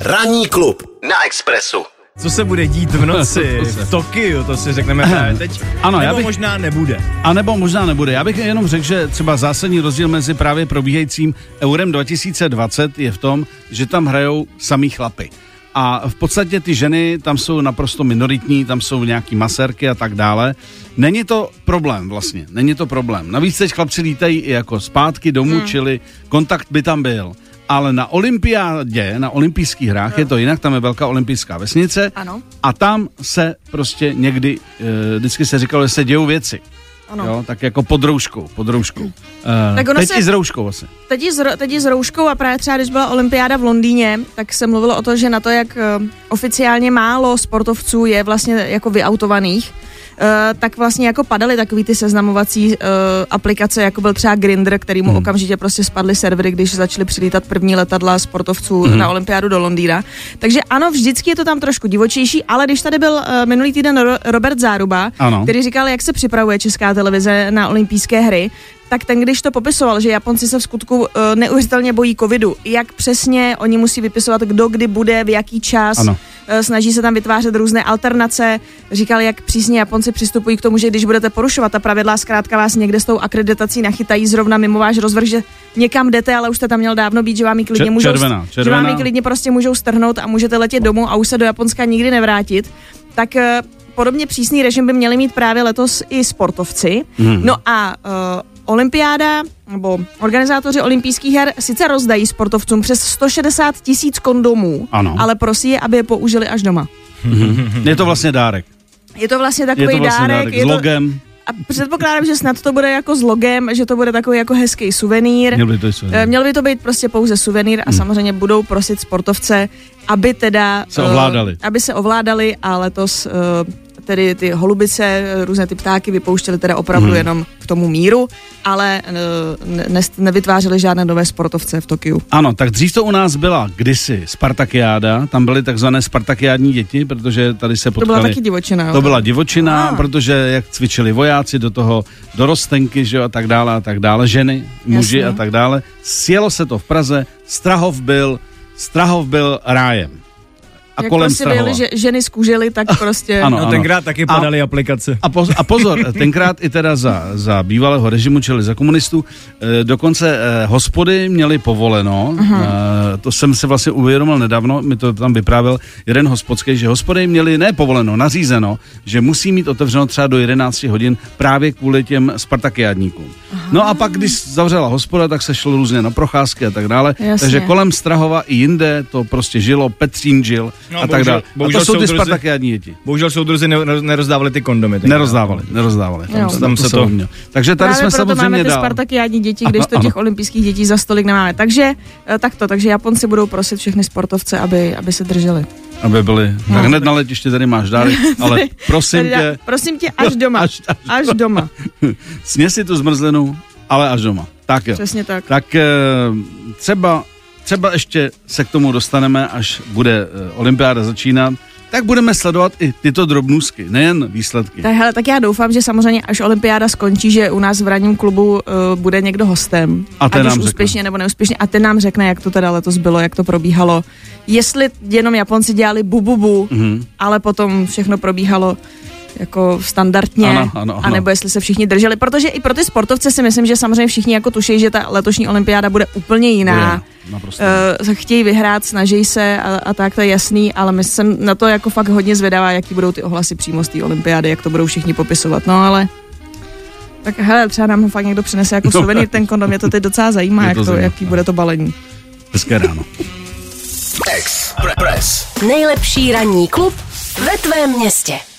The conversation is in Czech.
Ranní klub na Expressu. Co se bude dít v noci v Tokiu, to si řekneme právě teď. Ano, nebo možná nebude. A nebo možná nebude. Já bych jenom řekl, že třeba zásadní rozdíl mezi právě probíhajícím Eurem 2020 je v tom, že tam hrajou samý chlapy. A v podstatě ty ženy tam jsou naprosto minoritní, tam jsou nějaký masérky a tak dále. Není to problém vlastně, není to problém. Navíc teď chlapci lítají i jako zpátky domů, čili kontakt by tam byl. Ale na olympiádě, na olympijských hrách je to jinak, tam je velká olympijská vesnice. Ano. A tam se prostě někdy, vždycky se říkalo, že se dějou věci. Ano. Jo, tak jako pod rouškou. Tak teď i s rouškou vlastně. Teď i s rouškou a právě třeba, když byla olympiáda v Londýně, tak se mluvilo o to, že na to, jak oficiálně málo sportovců je vlastně jako vyautovaných, tak vlastně jako padaly takový ty seznamovací aplikace, jako byl třeba Grindr, který mu okamžitě prostě spadly servery, když začaly přilítat první letadla sportovců na olympiádu do Londýna. Takže ano, vždycky je to tam trošku divočejší, ale když tady byl minulý týden Robert Záruba, který říkal, jak se připravuje Česká televize na olympijské hry, tak ten, když to popisoval, že Japonci se v skutku neuvěřitelně bojí covidu, jak přesně oni musí vypisovat, kdo kdy bude, v jaký čas, snaží se tam vytvářet různé alternace, říkal, jak přísně Japonci přistupují k tomu, že když budete porušovat ta pravidla, zkrátka vás někde s tou akreditací nachytají zrovna mimo váš rozvrh, že někam jdete, ale už jste tam měl dávno být, že vám ji klidně můžou, že vám ji klidně prostě můžou strhnout a můžete letět domů a už se do Japonska nikdy nevrátit. Tak podobně přísný režim by měli mít právě letos i sportovci. No a olympiáda, nebo organizátoři olympijských her sice rozdají sportovcům přes 160 000 kondomů, ale prosí je, aby je použili až doma. Je to vlastně dárek. Je to vlastně takový dárek. S logem. A předpokládám, že snad to bude jako s logem, že to bude takový jako hezký suvenýr. Měl by to být prostě pouze suvenýr a samozřejmě budou prosit sportovce, aby teda aby se ovládali a letos tedy ty holubice, různé ty ptáky vypouštěly teda opravdu jenom k tomu míru, ale nevytvářely žádné nové sportovce v Tokiu. Ano, tak dřív to u nás byla kdysi Spartakiáda, tam byly takzvané Spartakiádní děti, protože tady se potkali. To byla taky divočina. To byla divočina, protože jak cvičili vojáci do toho dorostenky, že a tak dále, ženy, muži a tak dále. Sjelo se to v Praze, Strahov byl rájem. A jak kolem prostě byli, že ženy zkužily, tak prostě... Ano. Tenkrát taky padaly aplikace. A pozor, tenkrát i teda za bývalého režimu, čili za komunistů, dokonce hospody měly povoleno, to jsem se vlastně uvědomil nedávno, mi to tam vyprávěl jeden hospodský, že hospody měly nepovoleno, nařízeno, že musí mít otevřeno třeba do 11 hodin právě kvůli těm spartakiádníkům. No a pak, když zavřela hospoda, tak se šlo různě na procházky a tak dále, takže kolem Strahova i jinde to prostě žilo, Petřín žil, a tak dále. A to jsou ty spartakiádní děti. Bohužel soudruzi nerozdávali ty kondomy. Nerozdávali. Tam se to mělo. Takže tady jsme samozřejmě máme ty spartakiádní děti, když to těch olympijských dětí za stolik nemáme. Takže takže Japonci budou prosit všechny sportovce, aby se drželi. Aby byli. Tak hned na letiště tady máš dárek, ale prosím tě až doma. Až doma. Sněz si tu zmrzlinu, ale až doma. Tak jo. Přesně tak. Tak třeba ještě se k tomu dostaneme, až bude olympiáda začínat, tak budeme sledovat i tyto drobnůzky, nejen výsledky. Tak já doufám, že samozřejmě až olympiáda skončí, že u nás v ranním klubu bude někdo hostem. A ten ať už úspěšně nebo neúspěšně. A ten nám řekne, jak to teda letos bylo, jak to probíhalo. Jestli jenom Japonci dělali bu, ale potom všechno probíhalo jako standardně, ano. Anebo jestli se všichni drželi, protože i pro ty sportovce si myslím, že samozřejmě všichni jako tuší, že ta letošní olympiáda bude úplně jiná. Chtějí vyhrát, snaží se a tak, to je jasný, ale my jsem na to jako fakt hodně zvědavá, jaký budou ty ohlasy přímo z té olympiády, jak to budou všichni popisovat, no ale tak hele, třeba nám ho fakt někdo přinese jako suvenýr ten kondom, mě to teď docela zajímá, jaký bude to balení. Hezké ráno. Express. Nejlepší ranní klub ve tvém městě.